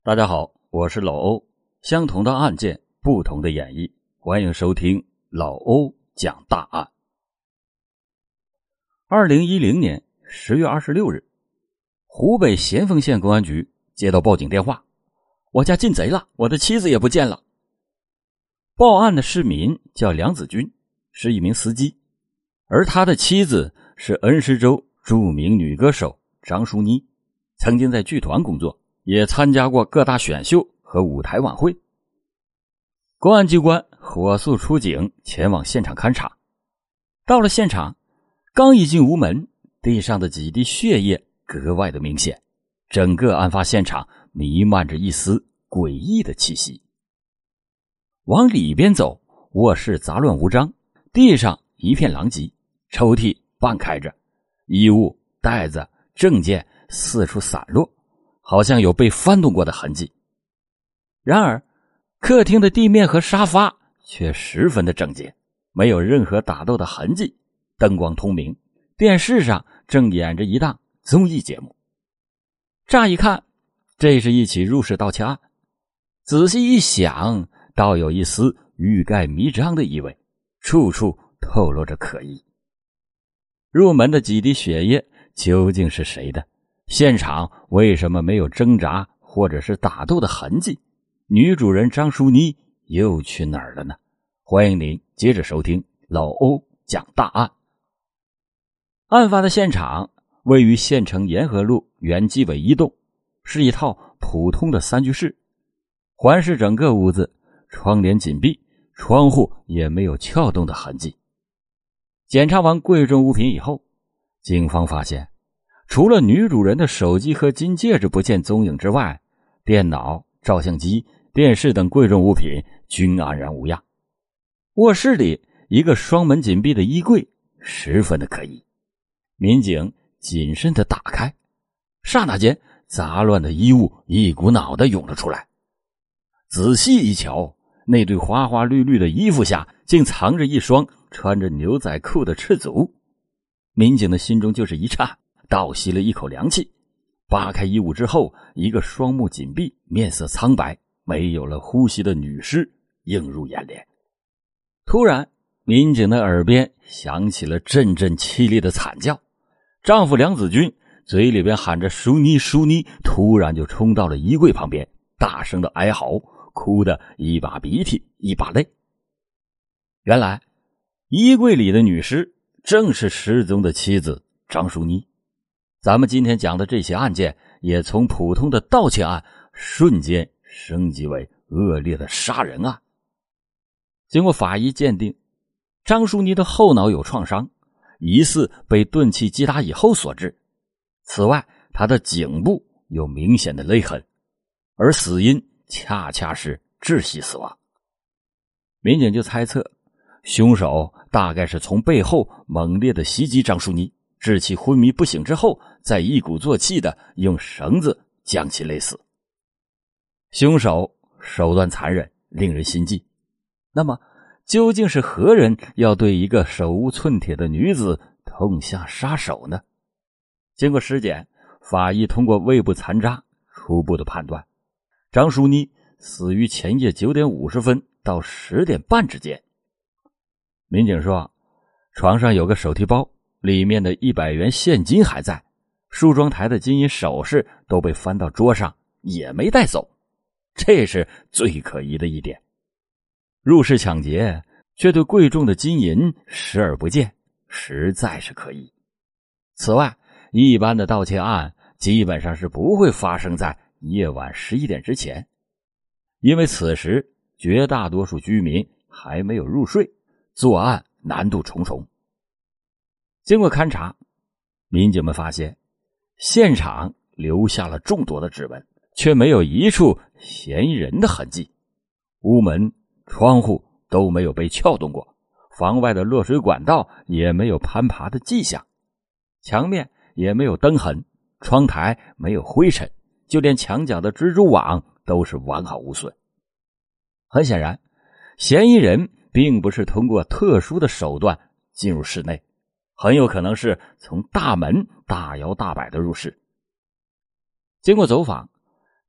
大家好，我是老欧，相同的案件，不同的演绎，欢迎收听老欧讲大案。2010年10月26日，湖北咸丰县公安局接到报警电话，我家进贼了，我的妻子也不见了。报案的市民叫梁子军，是一名司机，而他的妻子是恩施州著名女歌手张淑妮，曾经在剧团工作，也参加过各大选秀和舞台晚会。公安机关火速出警前往现场勘查。到了现场，刚一进屋门，地上的几滴血液格外的明显，整个案发现场弥漫着一丝诡异的气息。往里边走，卧室杂乱无章，地上一片狼藉，抽屉半开着，衣物、袋子、证件四处散落，好像有被翻动过的痕迹。然而客厅的地面和沙发却十分的整洁，没有任何打斗的痕迹，灯光通明，电视上正演着一档综艺节目。乍一看，这是一起入室盗窃案，仔细一想，倒有一丝欲盖弥彰的意味，处处透露着可疑。入门的几滴血液究竟是谁的？现场为什么没有挣扎或者是打斗的痕迹？女主人张淑妮又去哪儿了呢？欢迎您接着收听老欧讲大案。案发的现场位于县城沿河路原基委一栋，是一套普通的三居室，环视整个屋子，窗帘紧闭，窗户也没有撬动的痕迹。检查完贵重物品以后，警方发现除了女主人的手机和金戒指不见踪影之外，电脑、照相机、电视等贵重物品均安然无恙。卧室里一个双门紧闭的衣柜十分的可疑，民警谨慎地打开，刹那间杂乱的衣物一股脑地涌了出来。仔细一瞧，那对花花绿绿的衣服下竟藏着一双穿着牛仔裤的赤足。民警的心中就是一颤，倒吸了一口凉气。扒开衣物之后，一个双目紧闭、面色苍白、没有了呼吸的女尸映入眼帘。突然，民警的耳边响起了阵阵凄厉的惨叫，丈夫梁子军嘴里边喊着淑妮淑妮，突然就冲到了衣柜旁边，大声的哀嚎，哭得一把鼻涕一把泪。原来衣柜里的女尸正是失踪的妻子张淑妮。咱们今天讲的这些案件也从普通的盗窃案瞬间升级为恶劣的杀人案。经过法医鉴定，张淑妮的后脑有创伤，疑似被钝器击打以后所致。此外，她的颈部有明显的勒痕，而死因恰恰是窒息死亡。民警就猜测，凶手大概是从背后猛烈的袭击张淑妮，致其昏迷不醒之后，再一鼓作气的用绳子将其勒死。凶手手段残忍，令人心悸。那么究竟是何人要对一个手无寸铁的女子痛下杀手呢？经过尸检，法医通过胃部残渣初步的判断，张淑妮死于前夜9点50分到10点半之间。民警说，床上有个手提包，里面的100元现金还在，梳妆台的金银首饰都被翻到桌上，也没带走，这是最可疑的一点。入室抢劫却对贵重的金银视而不见，实在是可疑。此外，一般的盗窃案基本上是不会发生在夜晚11点之前，因为此时绝大多数居民还没有入睡，作案难度重重。经过勘查，民警们发现现场留下了众多的指纹，却没有一处嫌疑人的痕迹。屋门、窗户都没有被撬动过，房外的落水管道也没有攀爬的迹象，墙面也没有灯痕，窗台没有灰尘，就连墙角的蜘蛛网都是完好无损。很显然，嫌疑人并不是通过特殊的手段进入室内，很有可能是从大门大摇大摆的入室。经过走访，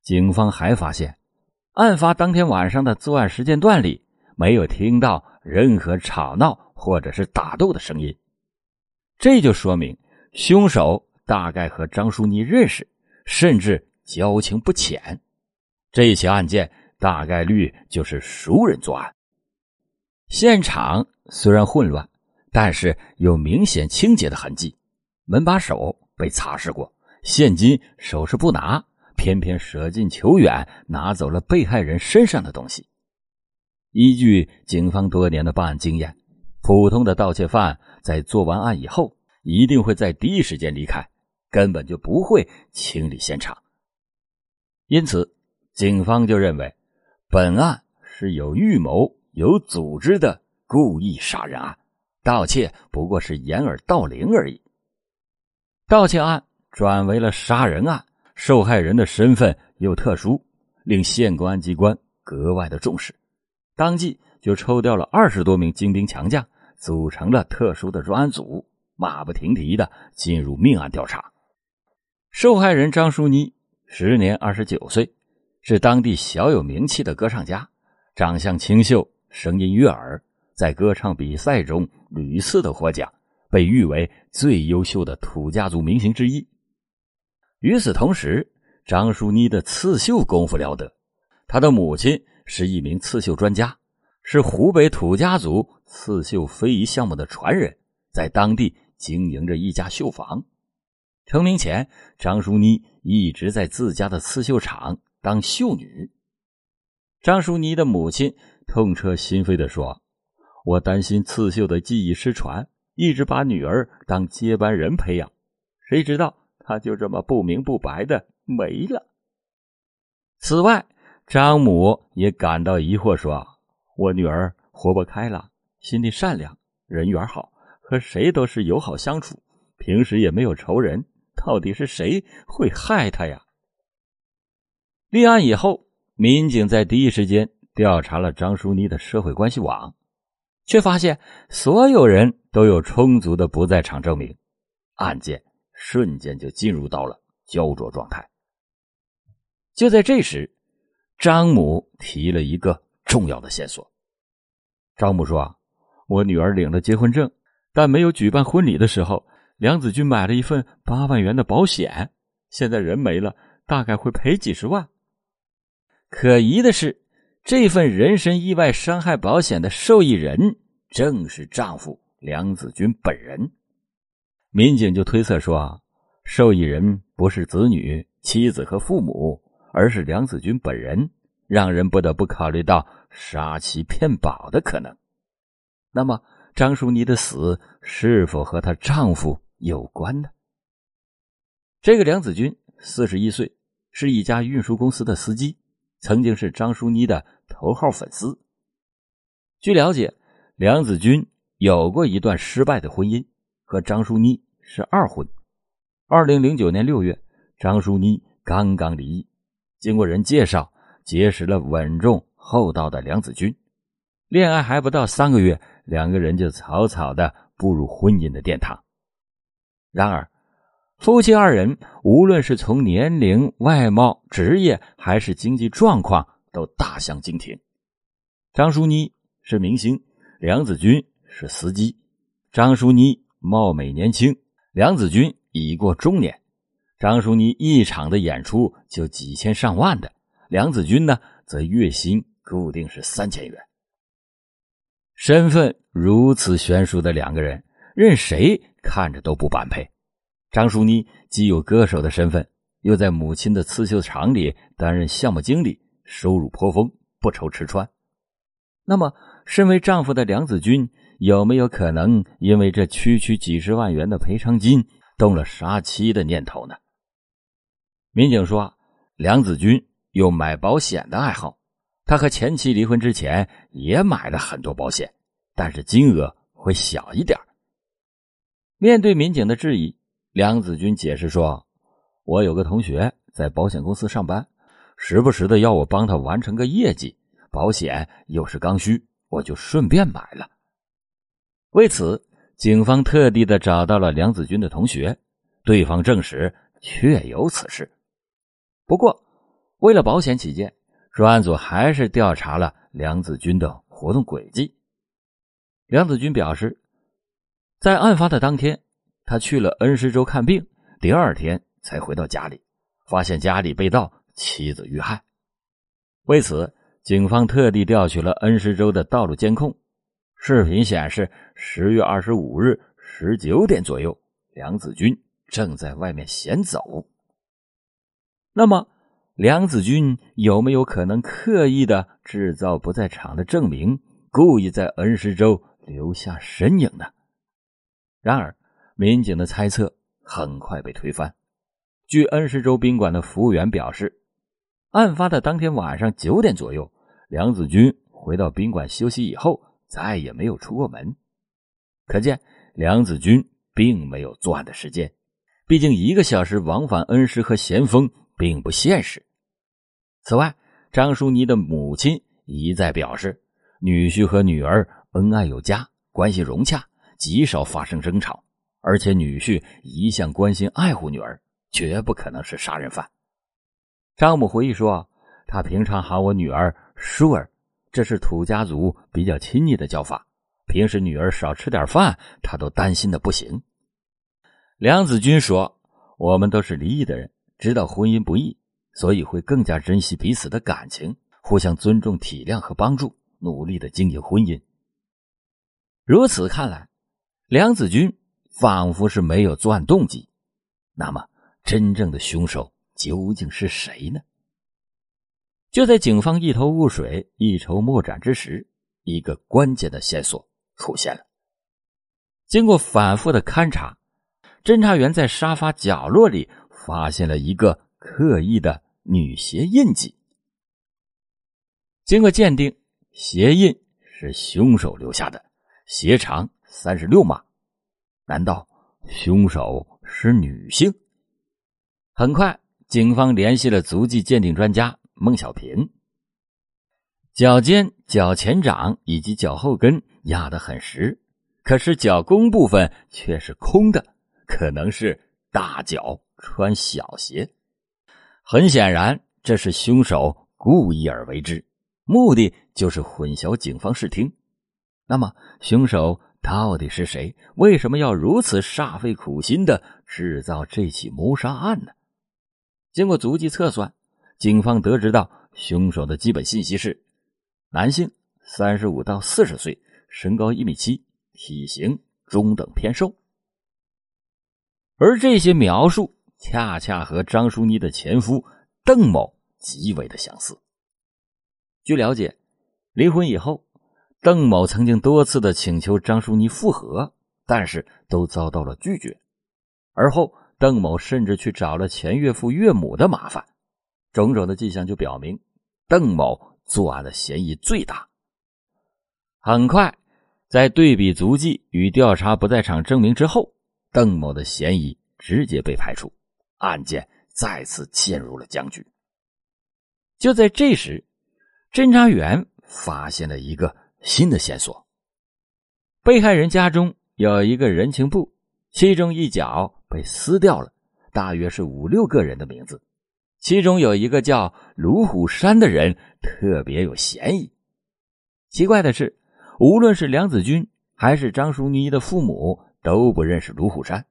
警方还发现，案发当天晚上的作案时间段里，没有听到任何吵闹或者是打斗的声音。这就说明凶手大概和张淑妮认识，甚至交情不浅。这起案件大概率就是熟人作案。现场虽然混乱，但是有明显清洁的痕迹，门把手被擦拭过，现金首饰不拿，偏偏舍近求远，拿走了被害人身上的东西。依据警方多年的办案经验，普通的盗窃犯在做完案以后，一定会在第一时间离开，根本就不会清理现场。因此，警方就认为本案是有预谋、有组织的故意杀人案，盗窃不过是掩耳盗铃而已。盗窃案转为了杀人案，受害人的身份又特殊，令县公安机关格外的重视，当即就抽调了20多名精兵强将，组成了特殊的专案组，马不停蹄的进入命案调查。受害人张淑妮时年29岁，是当地小有名气的歌唱家，长相清秀，声音悦耳，在歌唱比赛中屡次的获奖，被誉为最优秀的土家族明星之一。与此同时，张淑妮的刺绣功夫了得，她的母亲是一名刺绣专家，是湖北土家族刺绣非遗项目的传人，在当地经营着一家绣坊。成名前，张淑妮一直在自家的刺绣厂当绣女。张淑妮的母亲痛彻心扉地说，我担心刺绣的技艺失传，一直把女儿当接班人培养，谁知道她就这么不明不白的没了。此外，张母也感到疑惑说，我女儿活泼开朗，心地善良，人缘好，和谁都是友好相处，平时也没有仇人，到底是谁会害她呀？立案以后，民警在第一时间调查了张淑妮的社会关系网，却发现所有人都有充足的不在场证明，案件瞬间就进入到了焦灼状态。就在这时，张母提了一个重要的线索。张母说，我女儿领了结婚证，但没有举办婚礼的时候，梁子军买了一份8万元的保险，现在人没了，大概会赔几十万。可疑的是，这份人身意外伤害保险的受益人正是丈夫梁子军本人。民警就推测说，受益人不是子女、妻子和父母，而是梁子军本人，让人不得不考虑到杀妻骗保的可能。那么张淑妮的死是否和她丈夫有关呢？这个梁子军41岁，是一家运输公司的司机，曾经是张淑妮的头号粉丝。据了解，梁子军有过一段失败的婚姻，和张淑妮是二婚。2009年6月，张淑妮刚刚离异，经过人介绍，结识了稳重厚道的梁子军。恋爱还不到3个月，两个人就草草的步入婚姻的殿堂。然而，夫妻二人无论是从年龄、外貌、职业还是经济状况都大相径庭。张淑妮是明星，梁子军是司机。张淑妮貌美年轻，梁子军已过中年。张淑妮一场的演出就几千上万的，梁子军呢则月薪固定是3000元。身份如此悬殊的两个人，任谁看着都不般配。张淑妮既有歌手的身份，又在母亲的刺绣厂里担任项目经理，收入颇丰，不愁吃穿。那么身为丈夫的梁子军有没有可能因为这区区几十万元的赔偿金动了杀妻的念头呢？民警说，梁子军有买保险的爱好，他和前妻离婚之前也买了很多保险，但是金额会小一点。面对民警的质疑，梁子军解释说，我有个同学在保险公司上班，时不时的要我帮他完成个业绩，保险又是刚需，我就顺便买了。为此，警方特地的找到了梁子军的同学，对方证实确有此事。不过为了保险起见，专案组还是调查了梁子军的活动轨迹。梁子军表示，在案发的当天，他去了恩施州看病，第二天才回到家里，发现家里被盗，妻子遇害。为此，警方特地调取了恩施州的道路监控，视频显示10月25日19点左右，梁子军正在外面闲走。那么梁子军有没有可能刻意的制造不在场的证明，故意在恩施州留下身影呢？然而民警的猜测很快被推翻。据恩施州宾馆的服务员表示，案发的当天晚上9点左右，梁子军回到宾馆休息以后再也没有出过门，可见梁子军并没有作案的时间，毕竟1个小时往返恩施和咸丰并不现实。此外，张淑妮的母亲一再表示，女婿和女儿恩爱有加，关系融洽，极少发生争吵，而且女婿一向关心爱护女儿，绝不可能是杀人犯。张母回忆说，他平常喊我女儿淑儿，这是土家族比较亲昵的叫法，平时女儿少吃点饭，他都担心的不行。梁子军说，我们都是离异的人，知道婚姻不易，所以会更加珍惜彼此的感情，互相尊重体谅和帮助，努力的经营婚姻。如此看来，梁子军仿佛是没有作案动机，那么真正的凶手究竟是谁呢？就在警方一头雾水一筹莫展之时，一个关键的线索出现了。经过反复的勘查，侦查员在沙发角落里发现了一个刻意的女鞋印记。经过鉴定，鞋印是凶手留下的，鞋长36码。难道凶手是女性？很快，警方联系了足迹鉴定专家孟小平。脚尖、脚前掌以及脚后跟压得很实，可是脚弓部分却是空的，可能是大脚穿小鞋。很显然，这是凶手故意而为之，目的就是混淆警方视听。那么凶手到底是谁？为什么要如此煞费苦心的制造这起谋杀案呢？经过足迹测算，警方得知到凶手的基本信息是：男性35到40岁，身高1.7米，体型中等偏瘦。而这些描述恰恰和张淑妮的前夫邓某极为的相似。据了解，离婚以后，邓某曾经多次的请求张淑妮复合，但是都遭到了拒绝。而后邓某甚至去找了前岳父岳母的麻烦，种种的迹象就表明邓某作案的嫌疑最大。很快，在对比足迹与调查不在场证明之后，邓某的嫌疑直接被排除，案件再次陷入了僵局。就在这时，侦查员发现了一个新的线索。被害人家中有一个人情簿，其中一角被撕掉了，大约是5、6个人的名字，其中有一个叫卢虎山的人特别有嫌疑。奇怪的是，无论是梁子军还是张淑妮的父母都不认识卢虎山。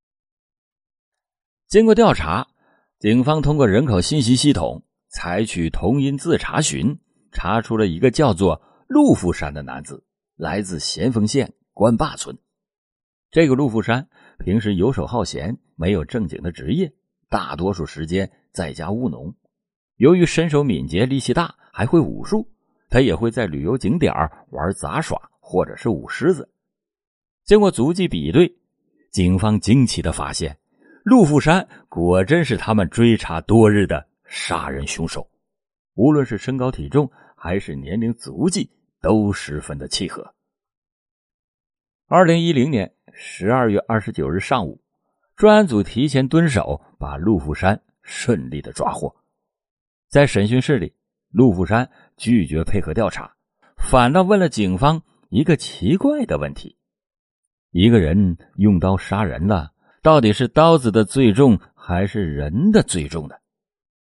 经过调查，警方通过人口信息系统采取同音字查询，查出了一个叫做陆富山的男子，来自咸丰县关坝村。这个陆富山平时游手好闲，没有正经的职业，大多数时间在家务农。由于身手敏捷，力气大，还会武术，他也会在旅游景点玩杂耍或者是舞狮子。经过足迹比对，警方惊奇地发现，陆富山果真是他们追查多日的杀人凶手，无论是身高体重还是年龄足迹都十分的契合。2010年12月29日上午，专案组提前蹲守，把陆富山顺利的抓获。在审讯室里，陆富山拒绝配合调查，反倒问了警方一个奇怪的问题：一个人用刀杀人了，到底是刀子的罪重还是人的罪重呢？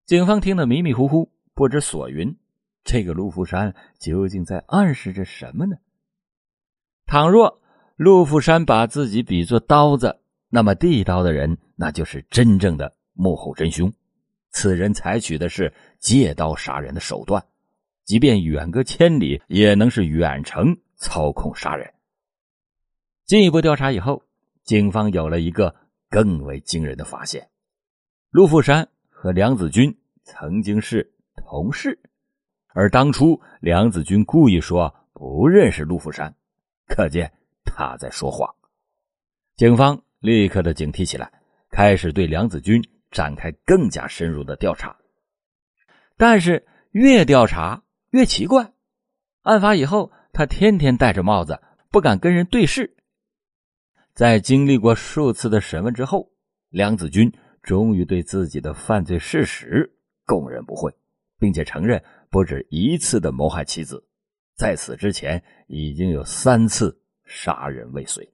警方听得迷迷糊糊，不知所云。这个陆富山究竟在暗示着什么呢？倘若陆富山把自己比作刀子，那么递刀的人那就是真正的幕后真凶。此人采取的是借刀杀人的手段，即便远隔千里，也能是远程操控杀人。进一步调查以后，警方有了一个更为惊人的发现：陆富山和梁子军曾经是同事，而当初梁子军故意说不认识陆富山，可见他在说谎。警方立刻的警惕起来，开始对梁子军展开更加深入的调查。但是越调查越奇怪，案发以后他天天戴着帽子，不敢跟人对视。在经历过数次的审问之后，梁子军终于对自己的犯罪事实供认不讳，并且承认不止一次的谋害妻子，在此之前已经有3次杀人未遂。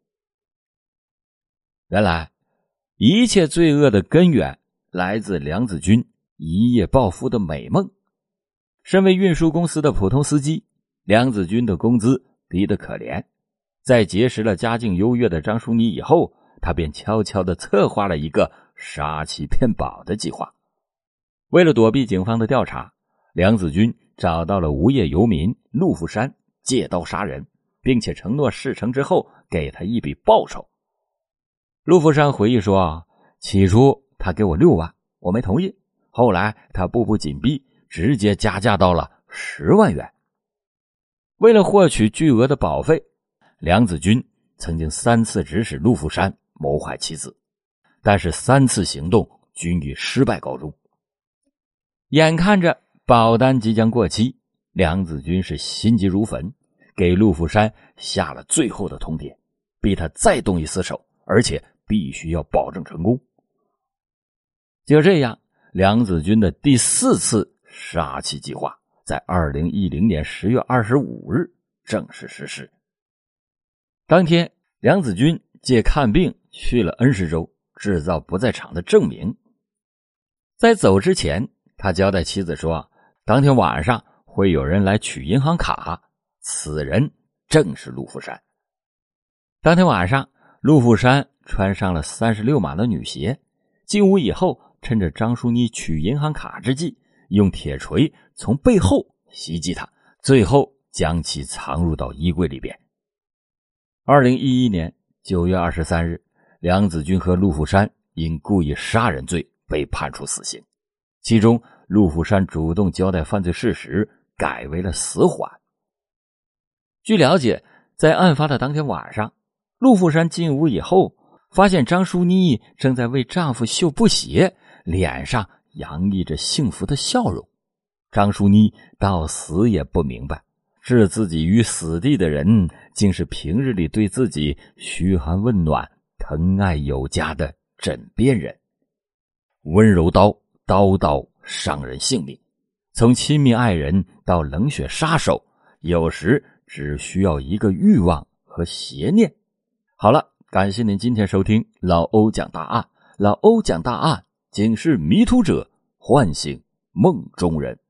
原来一切罪恶的根源来自梁子军一夜暴富的美梦。身为运输公司的普通司机，梁子军的工资低得可怜，在结识了家境优越的张淑妮以后，他便悄悄地策划了一个杀妻骗保的计划。为了躲避警方的调查，梁子军找到了无业游民陆富山借刀杀人，并且承诺事成之后给他一笔报酬。陆富山回忆说，起初他给我6万，我没同意，后来他步步紧逼，直接加价到了10万元。为了获取巨额的保费，梁子军曾经3次指使陆富山谋害妻子，但是3次行动均以失败告终。眼看着保单即将过期，梁子军是心急如焚，给陆富山下了最后的通牒，逼他再动一丝手，而且必须要保证成功。就这样，梁子军的第4次杀妻计划在2010年10月25日正式实施。当天，梁子军借看病去了恩施州，制造不在场的证明。在走之前，他交代妻子说，当天晚上会有人来取银行卡，此人正是陆富山。当天晚上，陆富山穿上了36码的女鞋，进屋以后，趁着张淑妮取银行卡之际，用铁锤从背后袭击她，最后将其藏入到衣柜里边。2011年9月23日，梁子军和陆富山因故意杀人罪被判处死刑，其中陆富山主动交代犯罪事实，改为了死缓。据了解，在案发的当天晚上，陆富山进屋以后，发现张淑妮正在为丈夫绣布鞋，脸上洋溢着幸福的笑容。张淑妮到死也不明白，置自己于死地的人竟是平日里对自己嘘寒问暖、疼爱有加的枕边人。温柔刀，刀刀伤人性命，从亲密爱人到冷血杀手，有时只需要一个欲望和邪念。好了，感谢您今天收听老欧讲大案。老欧讲大案，警示迷途者，唤醒梦中人。